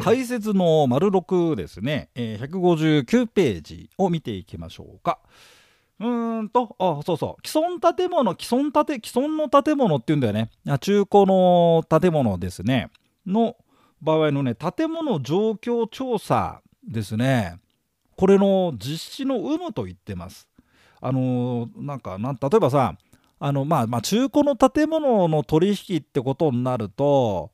解説の丸6ですね、159ページを見ていきましょうか。そうそう、既存の建物っていうんだよね。中古の建物ですねの場合のね、建物状況調査ですね。これの実施の有無と言ってます。例えばさ、中古の建物の取引ってことになると、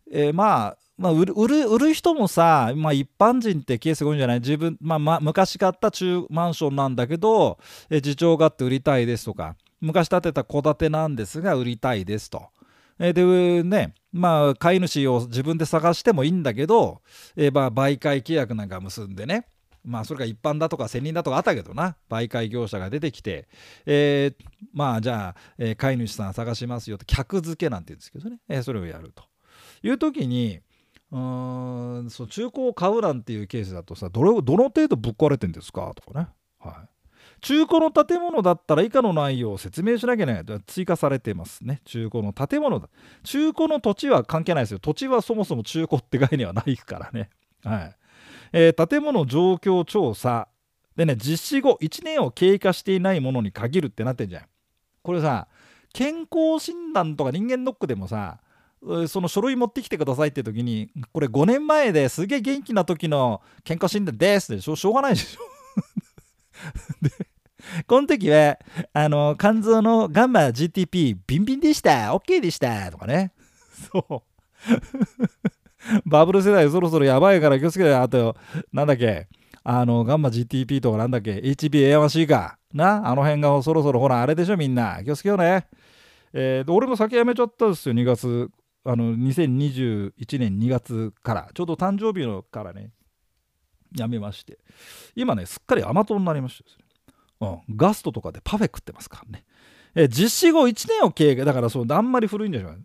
売る人もさ、一般人ってケースが多いんじゃない？自分、昔買ったマンションなんだけど、事情があって売りたいですとか、昔建てた戸建てなんですが売りたいですと。でね、買い主を自分で探してもいいんだけど、媒介契約なんか結んでね、それが一般だとか専任だとかあったけどな、媒介業者が出てきて、じゃあ、飼い主さん探しますよと、客付けなんて言うんですけどね、それをやるという時に、そう中古を買うなんていうケースだとさ、どの程度ぶっ壊れてんですかとかね、中古の建物だったら以下の内容を説明しなきゃいけないと追加されてますね。中古の建物だ。中古の土地は関係ないですよ。土地はそもそも中古って概念はないからね。建物状況調査でね、実施後1年を経過していないものに限るってなってんじゃん。これさ、健康診断とか人間ドックでもさ、その書類持ってきてくださいって時に、これ5年前ですげえ元気な時の健康診断ですでしょうがないでしょでこの時は肝臓のガンマ GTP ビンビンでした OK でしたとかね。そうバブル世代そろそろやばいから気をつけて。あとなんだっけ、ガンマ GTP とかなんだっけ HbA1c かな、あの辺がそろそろほらあれでしょ、みんな気をつけようね。俺も酒やめちゃったんですよ、2月2021年2月からちょうど誕生日のからねやめまして、今ねすっかり甘党になりましてですね、ガストとかでパフェ食ってますからね。実施後1年を経過だから、そうあんまり古いんじゃない、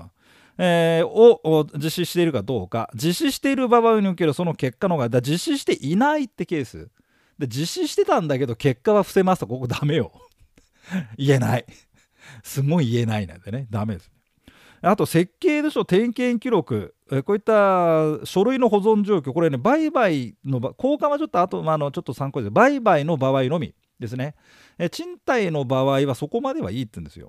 を実施しているかどうか、実施している場合におけるその結果のが実施していないってケースで、実施してたんだけど結果は伏せますと、ここダメよ言えない、すごい言えないなんでね、ダメです。あと設計でしょ、点検記録、こういった書類の保存状況、これね、売買の交換はちょっとちょっと参考です。売買の場合のみですね。賃貸の場合はそこまではいいって言うんですよ。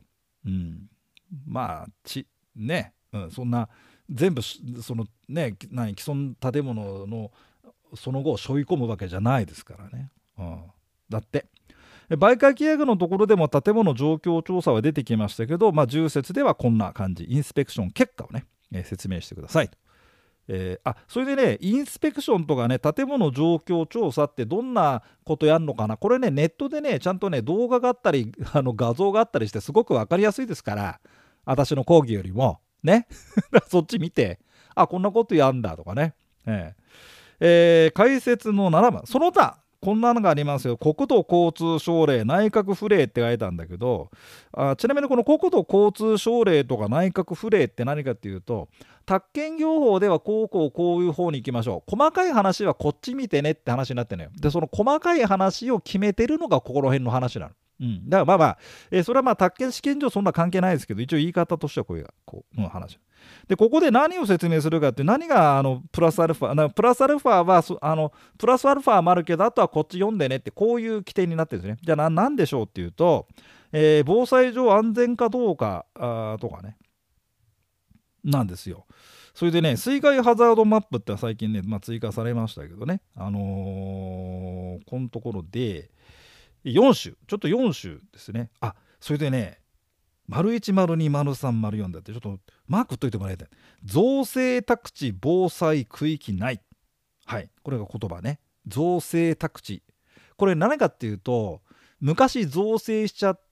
そんな全部そのね、既存建物のその後を背負い込むわけじゃないですからね。だって媒介契約のところでも建物状況調査は出てきましたけど、10節ではこんな感じ、インスペクション結果をね、説明してくださいと。それでね、インスペクションとかね、建物状況調査ってどんなことやるのかな、これね、ネットでね、ちゃんとね、動画があったり画像があったりしてすごく分かりやすいですから、私の講義よりもねそっち見て、こんなことやんだとかね。解説の7番、その他こんなのがありますよ。国土交通省令内閣府令って書いたんだけど、ちなみにこの国土交通省令とか内閣府令って何かっていうと、宅建業法ではこういう方に行きましょう、細かい話はこっち見てねって話になってるのよ。でその細かい話を決めてるのがここら辺の話なの。だからそれは宅建試験上そんな関係ないですけど、一応言い方としてはこういう話で、ここで何を説明するかって、何がプラスアルファプラスアルファはプラスアルファもあるけど、あとはこっち読んでねって、こういう規定になってるんですね。じゃあ何でしょうっていうと、防災上安全かどうかとかねなんですよ。それでね、水害ハザードマップって最近ね、追加されましたけどね、このところで4種、ちょっと4種ですね。それでね、01、02、03、04だってちょっとマークといてもらいたい。造成宅地防災区域内。これが言葉ね。造成宅地。これ何かっていうと、昔造成しちゃって、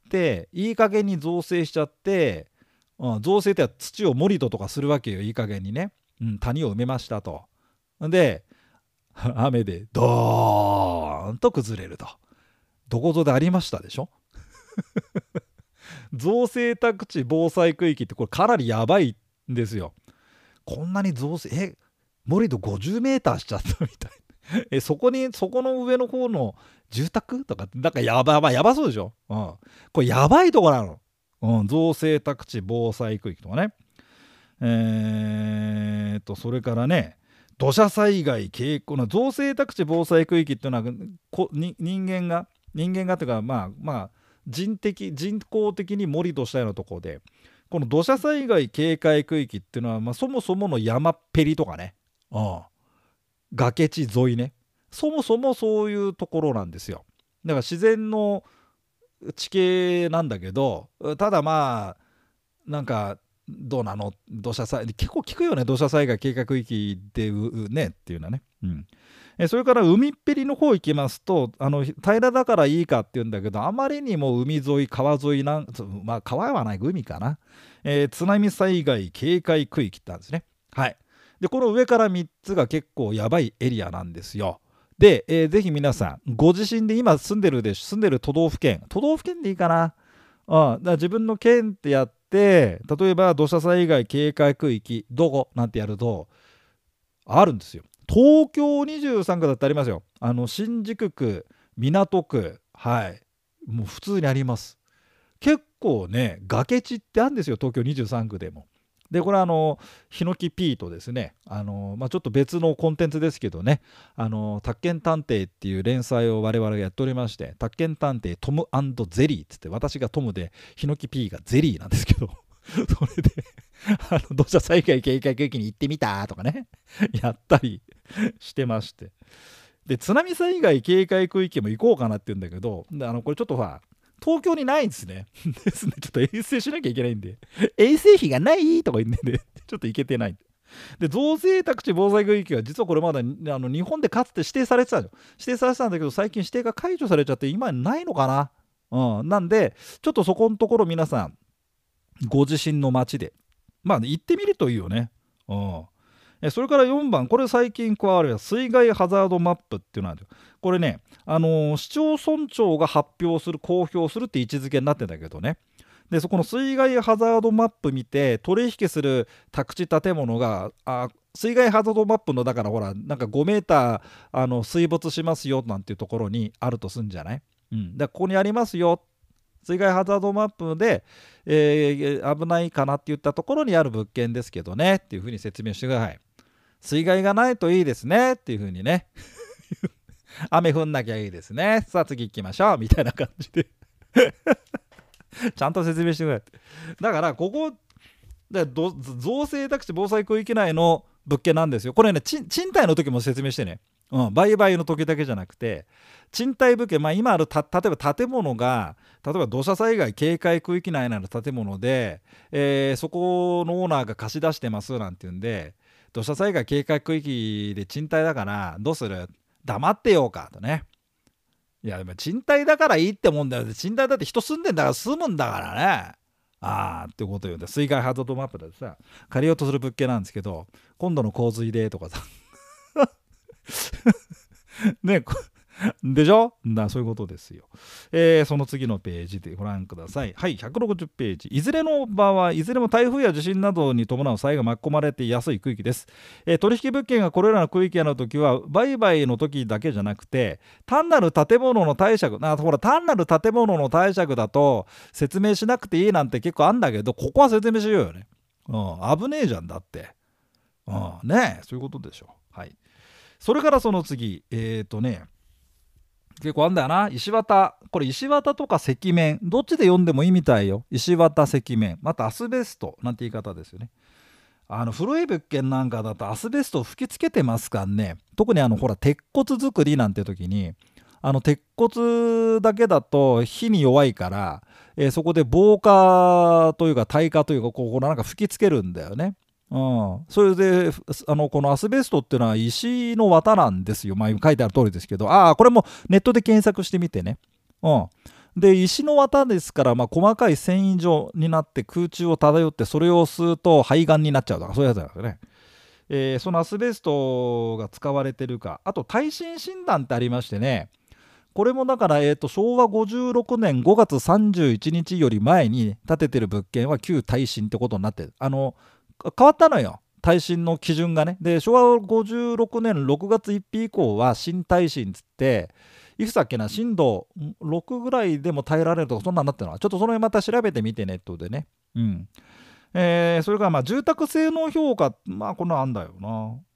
いい加減に造成しちゃって、造成って土を盛り土とかするわけよ、いい加減にね。谷を埋めましたと。で、雨でドーンと崩れると。どこぞでありましたでしょ造成宅地防災区域ってこれかなりやばいんですよ。こんなに造成盛り土50メーターしちゃったみたいそこの上の方の住宅とかなんかやばそうでしょ。これやばいとこなの。造成宅地防災区域とかね。それからね、 土砂災害警この造成宅地防災区域っていうのは人間がというか人工的に盛り土したようなところで、この土砂災害警戒区域っていうのは、そもそもの山っぺりとかね、崖地沿いね、そもそもそういうところなんですよ。だから自然の地形なんだけど、ただなんかどうなの、結構聞くよね、土砂災害警戒区域でねっていうのはね。それから海っぺりの方行きますと、平らだからいいかっていうんだけど、あまりにも海沿い川沿い川はない海かな、津波災害警戒区域ってあるんですね。はい。でこの上から3つが結構やばいエリアなんですよ。で、ぜひ皆さんご自身で今住んでる都道府県でいいかな、だから自分の県ってやって、例えば土砂災害警戒区域どこなんてやるとあるんですよ。東京23区だってありますよ。新宿区、港区、はい、もう普通にあります。結構ね、崖地ってあるんですよ、東京23区でも。でこれヒノキピーとですね、ちょっと別のコンテンツですけどね、宅建探偵っていう連載を我々がやっておりまして、宅建探偵トム&ゼリーっつって、私がトムでヒノキピーがゼリーなんですけどそれで土砂災害警戒区域に行ってみたとかねやったりしてまして、で津波災害警戒区域も行こうかなって言うんだけど、これちょっと東京にないんですねですね、ちょっと遠征しなきゃいけないんで、遠征費がないとか言うんで、ちょっと行けてない。で造成宅地防災区域は実はこれまだ日本でかつて指定されてたんですよ。指定されてたんだけど、最近指定が解除されちゃって今ないのかな。なんでちょっとそこのところ皆さんご自身の街で行ってみるといいよね。それから4番、これ最近加わる水害ハザードマップっていうのなんですよ。これね、市町村長が発表する公表するって位置づけになってんだけどね、でそこの水害ハザードマップ見て取引する宅地建物が水害ハザードマップのだからほらなんか5メーター水没しますよなんていうところにあるとすんじゃない、だからここにありますよ、水害ハザードマップで、危ないかなって言ったところにある物件ですけどねっていうふうに説明してください。水害がないといいですねっていう風にね雨降んなきゃいいですね、さあ次行きましょうみたいな感じでちゃんと説明してくれ。だからここ造成宅地防災区域内の物件なんですよ。これね賃貸の時も説明してね、売買の時だけじゃなくて賃貸物件、今ある例えば建物が例えば土砂災害警戒区域内の建物で、そこのオーナーが貸し出してますなんていうんで、土砂災害警戒区域で賃貸だからどうする、黙ってようかとね。いやでも賃貸だからいいってもんだよ。賃貸だって人住んでんだから住むんだからね。ってこと言うんだ。水害ハザードマップでさ借りようとする物件なんですけど、今度の洪水でとかさねでしょ、そういうことですよ。その次のページでご覧ください。はい、160ページ。いずれの場合、いずれも台風や地震などに伴う災害が巻き込まれてやすい区域です。取引物件がこれらの区域の時は、売買の時だけじゃなくて、単なる建物の貸借、単なる建物の貸借だと説明しなくていいなんて結構あんだけど、ここは説明しようよね。危ねえじゃんだって。ねえ、そういうことでしょ。はい。それからその次、結構あんだよな、石綿。これ石綿とか石面どっちで読んでもいいみたいよ。石綿石面、またアスベストなんて言い方ですよね。古い物件なんかだとアスベストを吹きつけてますからね。特にほら鉄骨作りなんて時に鉄骨だけだと火に弱いから、そこで防火というか耐火というかこうなんか吹きつけるんだよね。それでこのアスベストっていうのは石の綿なんですよ。書いてある通りですけど、これもネットで検索してみてね。で石の綿ですから、細かい繊維状になって空中を漂って、それを吸うと肺がんになっちゃうとかそういうやつなんですよね。そのアスベストが使われてるか、あと耐震診断ってありましてね、これもだから、昭和56年5月31日より前に建ててる物件は旧耐震ってことになってる。変わったのよ、耐震の基準がね。で昭和56年6月1日以降は新耐震つって、いくつだっけな、震度6ぐらいでも耐えられるとかそんなんなってるのは、ちょっとその辺また調べてみてネットでね。それから住宅性能評価、こんなあんだよな。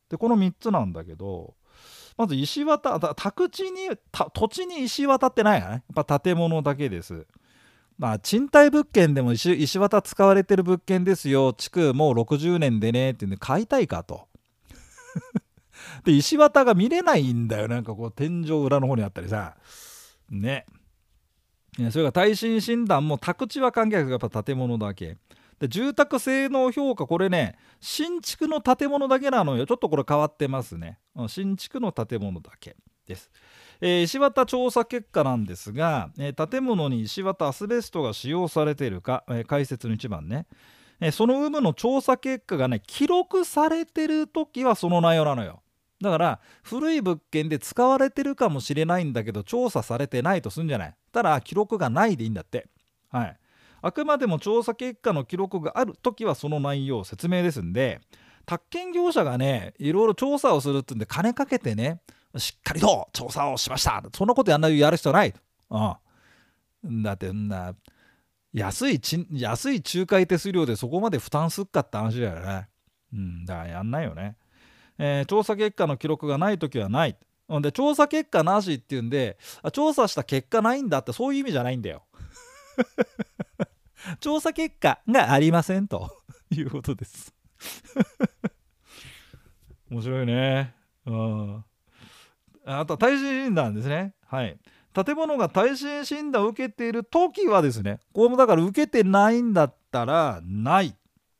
でこの3つなんだけど、まず石綿、宅地に土地に石綿ってないよね。やっぱ建物だけです。まあ賃貸物件でも石綿使われてる物件ですよ、築もう60年でねっていうんで買いたいかと。で石綿が見れないんだよ、なんかこう天井裏の方にあったりさね。それが耐震診断も宅地は関係ないけどやっぱ建物だけで、住宅性能評価これね新築の建物だけなのよ。ちょっとこれ変わってますね。新築の建物だけです。石綿調査結果なんですが、建物に石綿アスベストが使用されているか、解説の1番ね、その有無の調査結果がね記録されてる時はその内容なのよ。だから古い物件で使われてるかもしれないんだけど調査されてないとすんじゃない。ただ記録がないでいいんだって。はい。あくまでも調査結果の記録がある時はその内容説明ですんで、宅建業者がねいろいろ調査をするってんで金かけてねしっかりと調査をしました、そんなことやる必要ない。だって安い仲介手数料でそこまで負担すっかって話だよね。だからやんないよね。調査結果の記録がないときはない。で調査結果なしっていうんで調査した結果ないんだってそういう意味じゃないんだよ。調査結果がありませんということです。面白いね。あとは耐震診断ですね。はい。建物が耐震診断を受けている時はですね、これもだから受けてないんだったらない。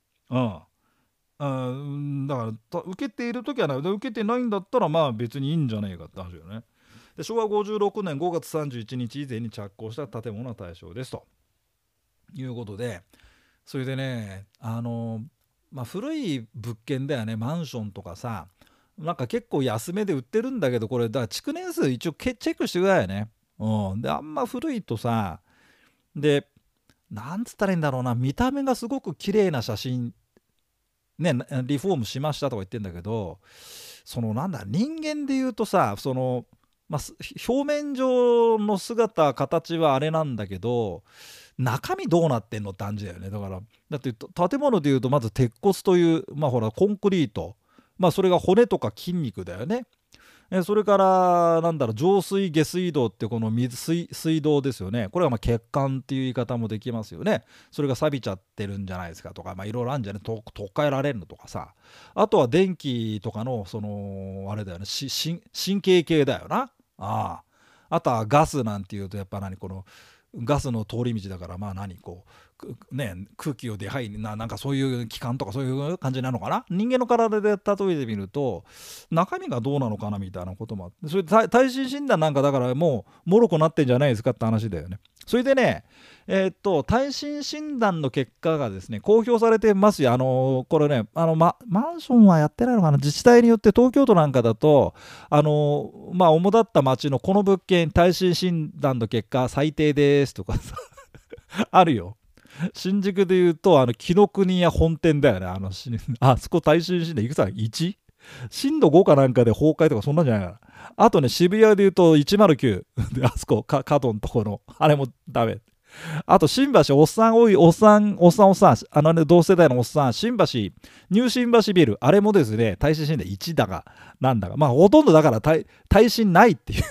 だから受けている時はない。受けてないんだったらまあ別にいいんじゃないかって話よね。で昭和56年5月31日以前に着工した建物は対象ですということで、それでね古い物件だよね。マンションとかさなんか結構安めで売ってるんだけど、これだから築年数一応チェックしてくださいね。であんま古いとさでなんつったらいいんだろうな、見た目がすごく綺麗な写真ねリフォームしましたとか言ってんだけど、そのなんだ人間で言うとさ表面上の姿形はあれなんだけど中身どうなってんのって感じだよね。だからだって建物でいうとまず鉄骨というほらコンクリート、それが骨とか筋肉だよね。それからなんだろう上水下水道ってこの水道ですよね。これは血管っていう言い方もできますよね。それが錆びちゃってるんじゃないですかとかいろいろあるんじゃない取っ換えられるのとかさ、あとは電気とかのそのあれだよね神経系だよな。あとはガスなんていうとやっぱこのガスの通り道だから空気を出入りなんかそういう器官とかそういう感じなのかな。人間の体で例えてみると中身がどうなのかなみたいなこともあって、それで耐震診断なんかだからもうもろくなってんじゃないですかって話だよね。それでね耐震診断の結果がですね公表されてますよ。これねマンションはやってないのかな。自治体によって東京都なんかだと主だった町のこの物件耐震診断の結果最低ですとかさあるよ。新宿でいうと紀ノ国屋本店だよね。あそこ耐震診断いくつだ 1？ 震度5かなんかで崩壊とかそんなんじゃないかな。あとね渋谷でいうと109であそこ角のところあれもダメ。あと新橋おっさん多いおっさん同世代のおっさん新橋ニュー新橋ビルあれもですね耐震診断1だかなんだかほとんどだから耐震ないっていう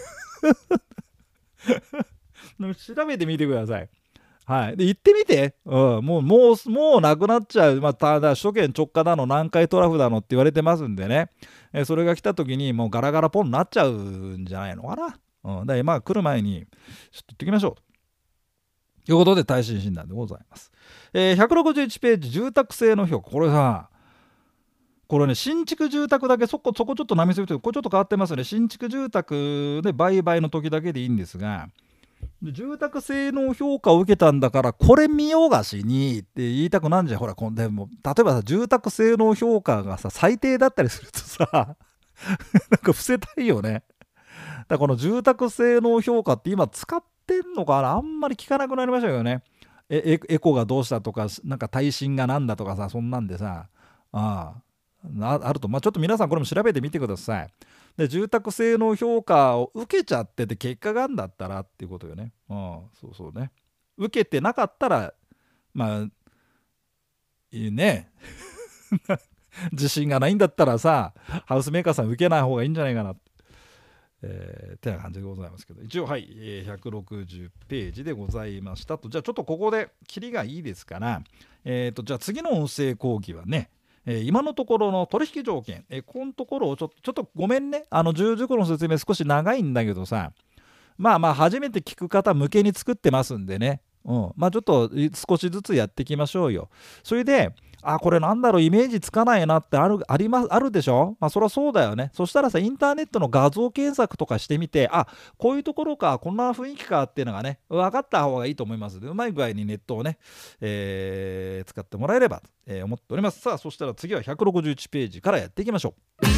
調べてみてください。はい、で行ってみて、もうなくなっちゃう、ただ首都圏直下だの南海トラフだのって言われてますんでね、それが来た時にもうガラガラポンになっちゃうんじゃないのかな。だから来る前にちょっと行ってきましょうということで耐震診断でございます。161ページ住宅性の評価、これね新築住宅だけそこちょっと波すぎてこれちょっと変わってますね。新築住宅で売買の時だけでいいんですが、住宅性能評価を受けたんだからこれ見よがしにって言いたくなんじゃん。ほらでも例えばさ住宅性能評価がさ最低だったりするとさなんか伏せたいよね。だからこの住宅性能評価って今使ってんのかな、あんまり聞かなくなりましたよね。エコがどうしたとかなんか耐震がなんだとかさそんなんでさあるとちょっと皆さんこれも調べてみてください。で住宅性能評価を受けちゃってて結果があるんだったらっていうことよね。そうね。受けてなかったらいいね自信がないんだったらさ、ハウスメーカーさん受けない方がいいんじゃないかなってな感じでございますけど、一応はい、160ページでございましたと。じゃあちょっとここでキリがいいですから、じゃあ次の音声講義はね、今のところの取引条件、このところをちょっとごめんね、十字の説明少し長いんだけどさ、まあ初めて聞く方向けに作ってますんでね、まあちょっと少しずつやっていきましょうよ。それで、これなんだろう、イメージつかないなってあるでしょ。そりゃそうだよね。そしたらさ、インターネットの画像検索とかしてみて、こういうところか、こんな雰囲気かっていうのがね、分かった方がいいと思いますので、うまい具合にネットをね、使ってもらえればと思っております。さあ、そしたら次は161ページからやっていきましょう。